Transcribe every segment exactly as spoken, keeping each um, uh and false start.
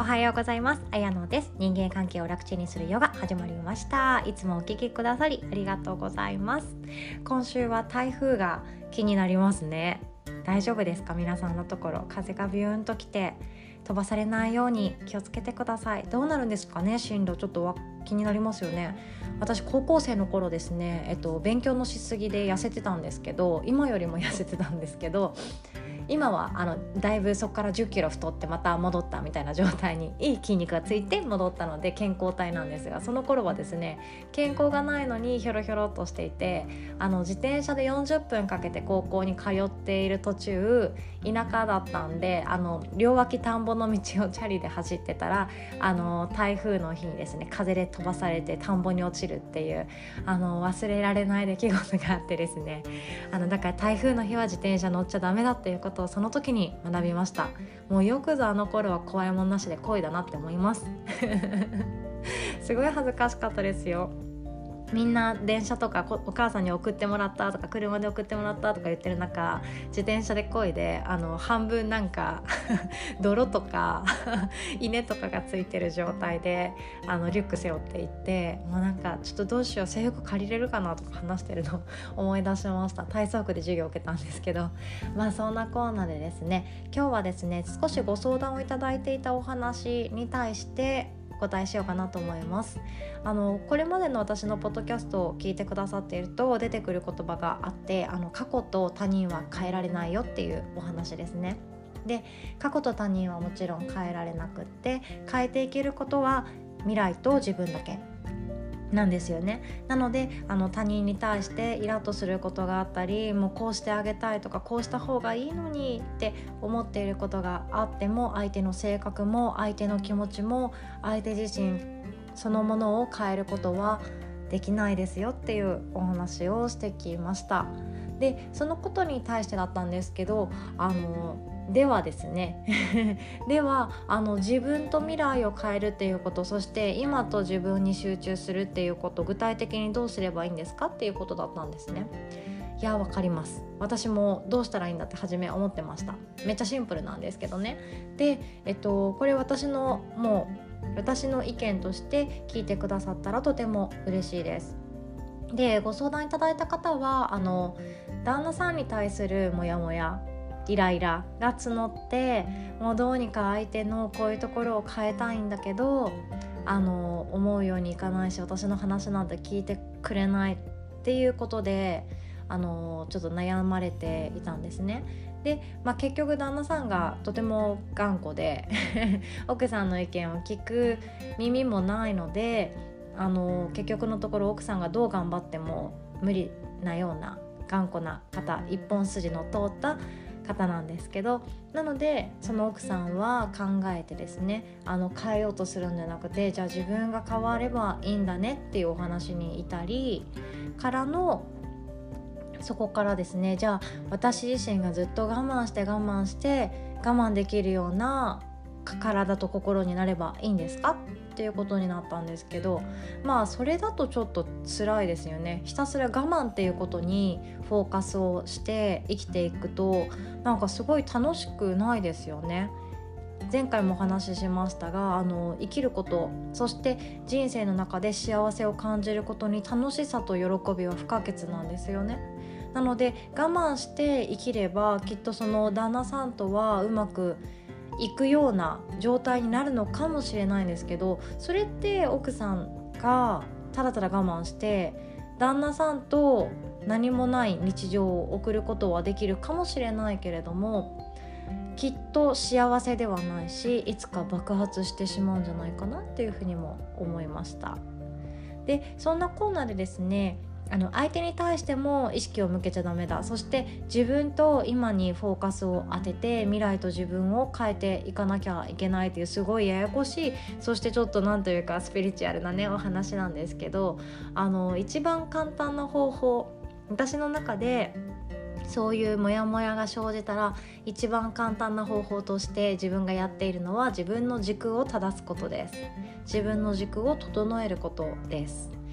はようございます。あやのです。人間関係を楽ちんにするヨガ始まりました。いつもお聞きくださりありがとうございます。今週は台風が気になりますね。大丈夫ですか？皆さんのところ風がビューンと来て飛ばされないように気をつけてください。どうなるんですかね、進路ちょっとわ気になりますよね。私高校生の頃ですね、えっと、勉強のしすぎで痩せてたんですけど、今よりも痩せてたんですけど、今はあのだいぶそこからじゅっキロ太ってまた戻ったみたいな状態に、いい筋肉がついて戻ったので健康体なんですが、その頃はですね、健康がないのにひょろひょろっとしていて、あの自転車でよんじゅっぷんかけて高校に通っている途中、田舎だったんで、あの両脇田んぼの道をチャリで走ってたら、あの台風の日にですね、風で飛ばされて田んぼに落ちるっていう、あの忘れられない出来事があってですね、あのだから台風の日は自転車乗っちゃダメだっていうことをその時に学びました。もうよくぞあの頃は怖いもんなしで恋だなって思いますすごい恥ずかしかったですよ。みんな電車とかお母さんに送ってもらったとか車で送ってもらったとか言ってる中、自転車で漕いで、あの半分なんか泥とか稲とかがついてる状態であのリュック背負っていって、もうなんかちょっとどうしよう、制服借りれるかなとか話してるのを思い出しました。体操服で授業を受けたんですけど、まあそんなコーナーでですね、今日はですね、少しご相談をいただいていたお話に対してお答えしようかなと思います。あのこれまでの私のポッドキャストを聞いてくださっていると出てくる言葉があって、あの過去と他人は変えられないよっていうお話ですね。で、過去と他人はもちろん変えられなくって、変えていけることは未来と自分だけなんですよね。なのであの他人に対してイラッとすることがあったり、もうこうしてあげたいとか、こうした方がいいのにって思っていることがあっても、相手の性格も相手の気持ちも相手自身そのものを変えることはできないですよっていうお話をしてきました。で、そのことに対してだったんですけど、あのではですねではあの自分と未来を変えるっていうこと、そして今と自分に集中するっていうこと、具体的にどうすればいいんですかっていうことだったんですね。いや、わかります。私もどうしたらいいんだって初め思ってました。めっちゃシンプルなんですけどね。で、えっと、これ私のもう私の意見として聞いてくださったらとても嬉しいです。で、ご相談いただいた方は、あの旦那さんに対するモヤモヤ、イライラが募って、もうどうにか相手のこういうところを変えたいんだけど、あの思うようにいかないし、私の話なんて聞いてくれないっていうことで、あのちょっと悩まれていたんですね。で、まあ、結局旦那さんがとても頑固で奥さんの意見を聞く耳もないので、あの結局のところ奥さんがどう頑張っても無理なような頑固な方、一本筋の通った方なんですけど、なのでその奥さんは考えてですね、あの変えようとするんじゃなくて、じゃあ自分が変わればいいんだねっていうお話にいたりからの、そこからですね、じゃあ私自身がずっと我慢して我慢して我慢できるような体と心になればいいんですかっていうことになったんですけど、まあそれだとちょっと辛いですよね。ひたすら我慢っていうことにフォーカスをして生きていくと、なんかすごい楽しくないですよね。前回もお話ししましたが、あの生きること、そして人生の中で幸せを感じることに楽しさと喜びは不可欠なんですよね。なので我慢して生きれば、きっとその旦那さんとはうまくいくような状態になるのかもしれないんですけど、それって奥さんがただただ我慢して旦那さんと何もない日常を送ることはできるかもしれないけれども、きっと幸せではないし、いつか爆発してしまうんじゃないかなっていうふうにも思いました。で、そんなコーナーでですね、あの相手に対しても意識を向けちゃダメだ、そして自分と今にフォーカスを当てて未来と自分を変えていかなきゃいけないという、すごいややこしい、そしてちょっとなんというかスピリチュアルなねお話なんですけど、あの一番簡単な方法、私の中でそういうモヤモヤが生じたら一番簡単な方法として自分がやっているのは、自分の軸を正すことです。自分の軸を整えることです。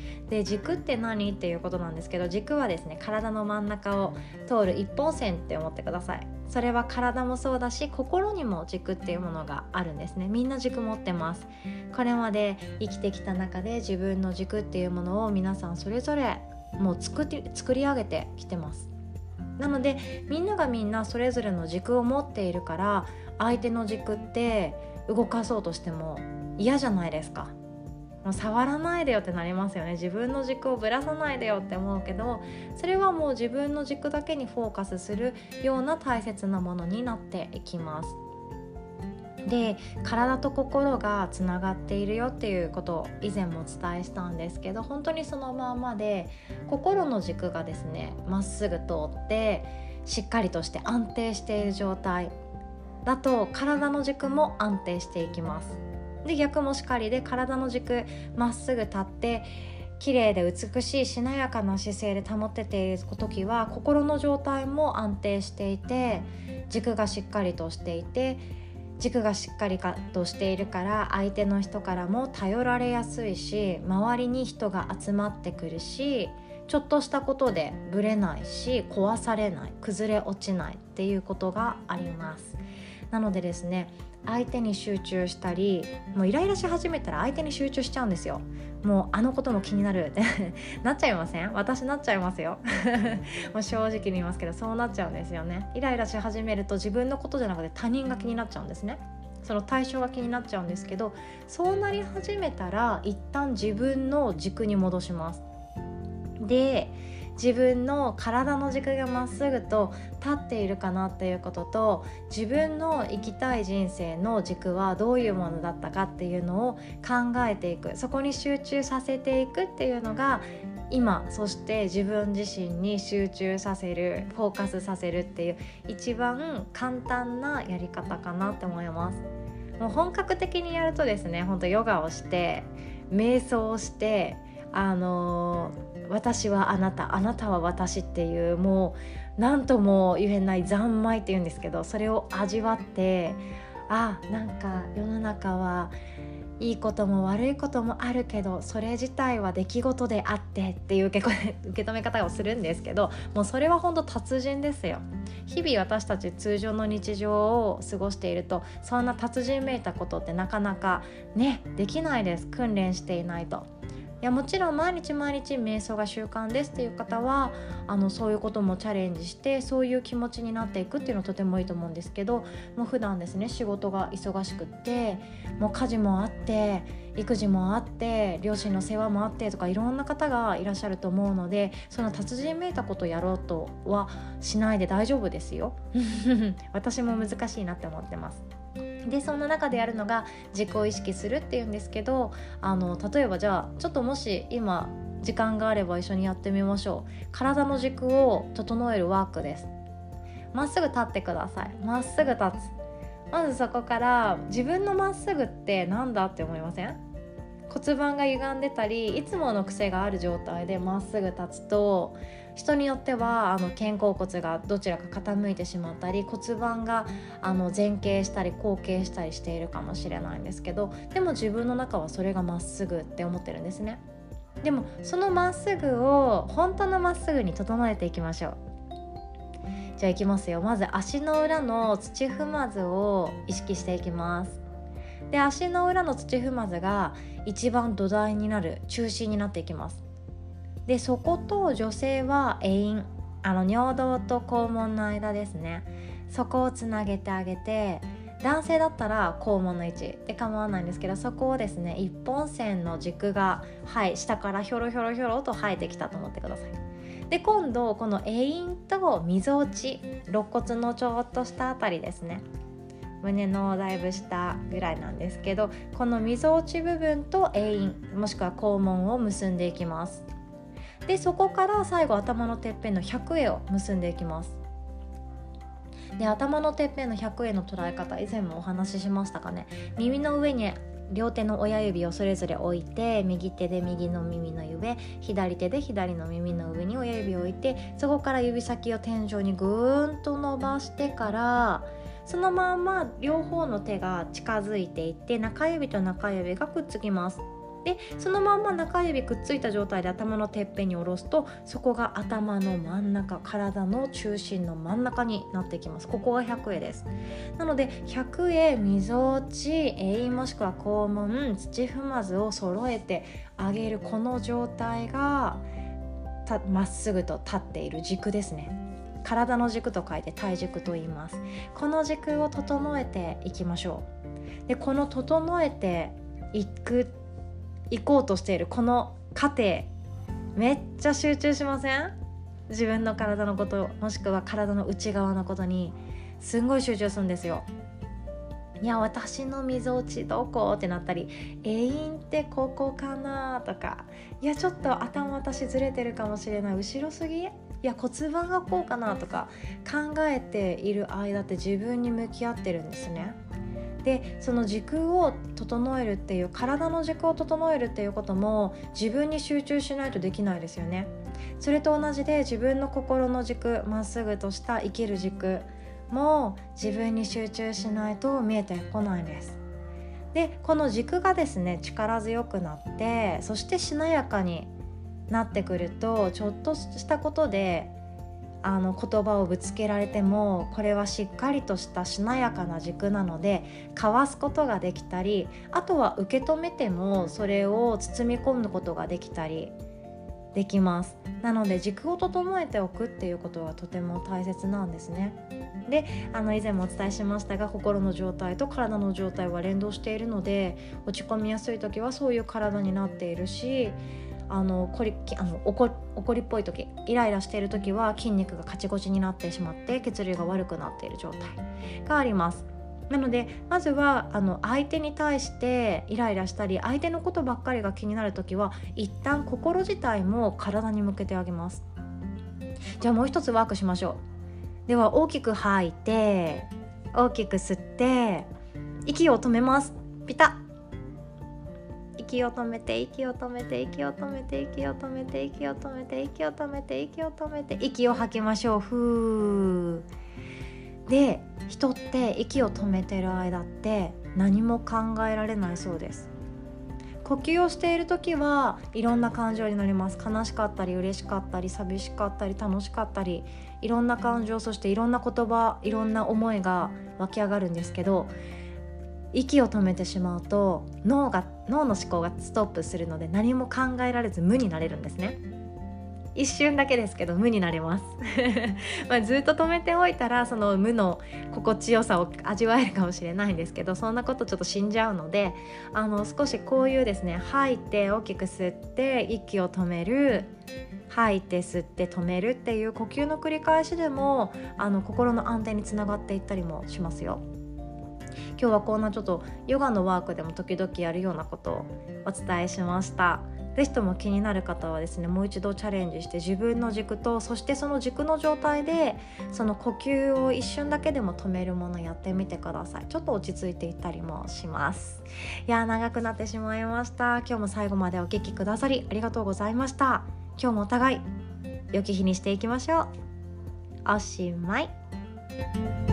で軸って何っていうことなんですけど、軸はですね体の真ん中を通る一本線って思ってください。それは体もそうだし心にも軸っていうものがあるんですね。みんな軸持ってます。これまで生きてきた中で自分の軸っていうものを皆さんそれぞれもう作り、作り上げてきてます。なのでみんながみんなそれぞれの軸を持っているから、相手の軸って動かそうとしても嫌じゃないですか。もう触らないでよってなりますよね。自分の軸をぶらさないでよって思うけど、それはもう自分の軸だけにフォーカスするような大切なものになっていきます。で、体と心がつながっているよっていうことを以前もお伝えしたんですけど、本当にそのままで、心の軸がですねまっすぐ通ってしっかりとして安定している状態だと、体の軸も安定していきます。で、逆もしかりで、体の軸まっすぐ立って綺麗で美しいしなやかな姿勢で保てている時は、心の状態も安定していて、軸がしっかりとしていて、軸がしっかりとしているから相手の人からも頼られやすいし、周りに人が集まってくるし、ちょっとしたことでブレないし、壊されない、崩れ落ちないっていうことがあります。なのでですね、相手に集中したり、もうイライラし始めたら相手に集中しちゃうんですよ。もうあのことも気になるってなっちゃいません？私なっちゃいますよもう正直に言いますけど、そうなっちゃうんですよね。イライラし始めると自分のことじゃなくて他人が気になっちゃうんですね。その対象が気になっちゃうんですけど、そうなり始めたら一旦自分の軸に戻します。で、自分の体の軸がまっすぐと立っているかなっていうことと、自分の生きたい人生の軸はどういうものだったかっていうのを考えていく、そこに集中させていくっていうのが今、そして自分自身に集中させる、フォーカスさせるっていう一番簡単なやり方かなって思います。もう本格的にやるとですね、本当ヨガをして瞑想をして、あのー私はあなた、あなたは私っていう、もう何とも言えない三昧っていうんですけど、それを味わって、あ、なんか世の中はいいことも悪いこともあるけど、それ自体は出来事であってっていう受け受け止め方をするんですけど、もうそれは本当達人ですよ。日々私たち通常の日常を過ごしていると、そんな達人めいたことってなかなかねできないです。訓練していないと。いや、もちろん毎日毎日瞑想が習慣ですっていう方は、あのそういうこともチャレンジして、そういう気持ちになっていくっていうのはとてもいいと思うんですけど、もう普段ですね、仕事が忙しくって、もう家事もあって育児もあって両親の世話もあってとか、いろんな方がいらっしゃると思うので、その達人めいたことをやろうとはしないで大丈夫ですよ私も難しいなって思ってます。で、そんな中でやるのが自己を意識するっていうんですけど、あの例えばじゃあちょっともし今時間があれば一緒にやってみましょう。体の軸を整えるワークです。まっすぐ立ってください。まっすぐ立つ。まずそこから、自分のまっすぐってなんだって思いません？骨盤が歪んでたり、いつもの癖がある状態でまっすぐ立つと、人によってはあの肩甲骨がどちらか傾いてしまったり、骨盤があの前傾したり後傾したりしているかもしれないんですけど、でも自分の中はそれがまっすぐって思ってるんですね。でもそのまっすぐを本当のまっすぐに整えていきましょう。じゃあいきますよ。まず足の裏の土踏まずを意識していきます。で、足の裏の土踏まずが一番土台になる、中心になっていきます。で、そこと女性は会陰、あの尿道と肛門の間ですね、そこをつなげてあげて、男性だったら肛門の位置で構わないんですけど、そこをですね一本線の軸が、はい、下からひょろひょろひょろと生えてきたと思ってください。で、今度この会陰とみぞおち、肋骨のちょっとしたあたりですね、胸のだいぶ下ぐらいなんですけど、このみぞおち部分と会陰もしくは肛門を結んでいきます。で、そこから最後頭のてっぺんの百会を結んでいきます。で、頭のてっぺんの百会の捉え方、以前もお話ししましたかね。耳の上に両手の親指をそれぞれ置いて、右手で右の耳の上、左手で左の耳の上に親指を置いて、そこから指先を天井にぐーんと伸ばしてから、そのまま両方の手が近づいていって、中指と中指がくっつきます。 でそのまんま中指くっついた状態で頭のてっぺんに下ろすと、そこが頭の真ん中、体の中心の真ん中になっていきます。ここが百会です。なので百会、みぞおち、会陰もしくは肛門、土踏まずを揃えてあげる、この状態がまっすぐと立っている軸ですね。体の軸と書いて体軸と言います。この軸を整えていきましょう。でこの整えていく行こうとしているこの過程、めっちゃ集中しません？自分の体のこと、もしくは体の内側のことにすんごい集中するんですよ。いや私のみぞおちどこってなったり、会陰ってここかなとか、いやちょっと頭私ずれてるかもしれない、後ろすぎ、いや骨盤がこうかなとか考えている間って自分に向き合ってるんですね。でその軸を整えるっていう、体の軸を整えるっていうことも自分に集中しないとできないですよね。それと同じで自分の心の軸、まっすぐとした生きる軸も自分に集中しないと見えてこないんです。でこの軸がですね力強くなって、そしてしなやかになってくると、ちょっとしたことであの言葉をぶつけられても、これはしっかりとしたしなやかな軸なのでかわすことができたり、あとは受け止めてもそれを包み込むことができたりできます。なので軸を整えておくっていうことがとても大切なんですね。であの以前もお伝えしましたが、心の状態と体の状態は連動しているので、落ち込みやすい時はそういう体になっているし、あのこりあの怒怒りっぽい時、イライラしている時は筋肉がカチコチになってしまって血流が悪くなっている状態があります。なのでまずはあの相手に対してイライラしたり、相手のことばっかりが気になる時は一旦心自体も体に向けてあげます。じゃあもう一つワークしましょう。では大きく吐いて、大きく吸って息を止めます。ピタッ。息を止めて息を止めて息を止めて息を止めて息を止めて息を止めて息を止めて息を吐きましょう。ふーで、人って息を止めてる間って何も考えられないそうです。呼吸をしている時はいろんな感情になります。悲しかったり嬉しかったり寂しかったり楽しかったり、いろんな感情、そしていろんな言葉、いろんな思いが湧き上がるんですけど、息を止めてしまうと脳が脳の思考がストップするので、何も考えられず無になれるんですね。一瞬だけですけど無になれますまあずっと止めておいたらその無の心地よさを味わえるかもしれないんですけど、そんなことちょっと死んじゃうので、あの少しこういうですね、吐いて大きく吸って息を止める、吐いて吸って止めるっていう呼吸の繰り返しでもあの心の安定につながっていったりもしますよ。今日はこんなちょっとヨガのワークでも時々やるようなことをお伝えしました。ぜひとも気になる方はですね、もう一度チャレンジして自分の軸と、そしてその軸の状態でその呼吸を一瞬だけでも止めるものやってみてください。ちょっと落ち着いていったりもします。いや長くなってしまいました。今日も最後までお聞きくださりありがとうございました。今日もお互い良き日にしていきましょう。おしまい。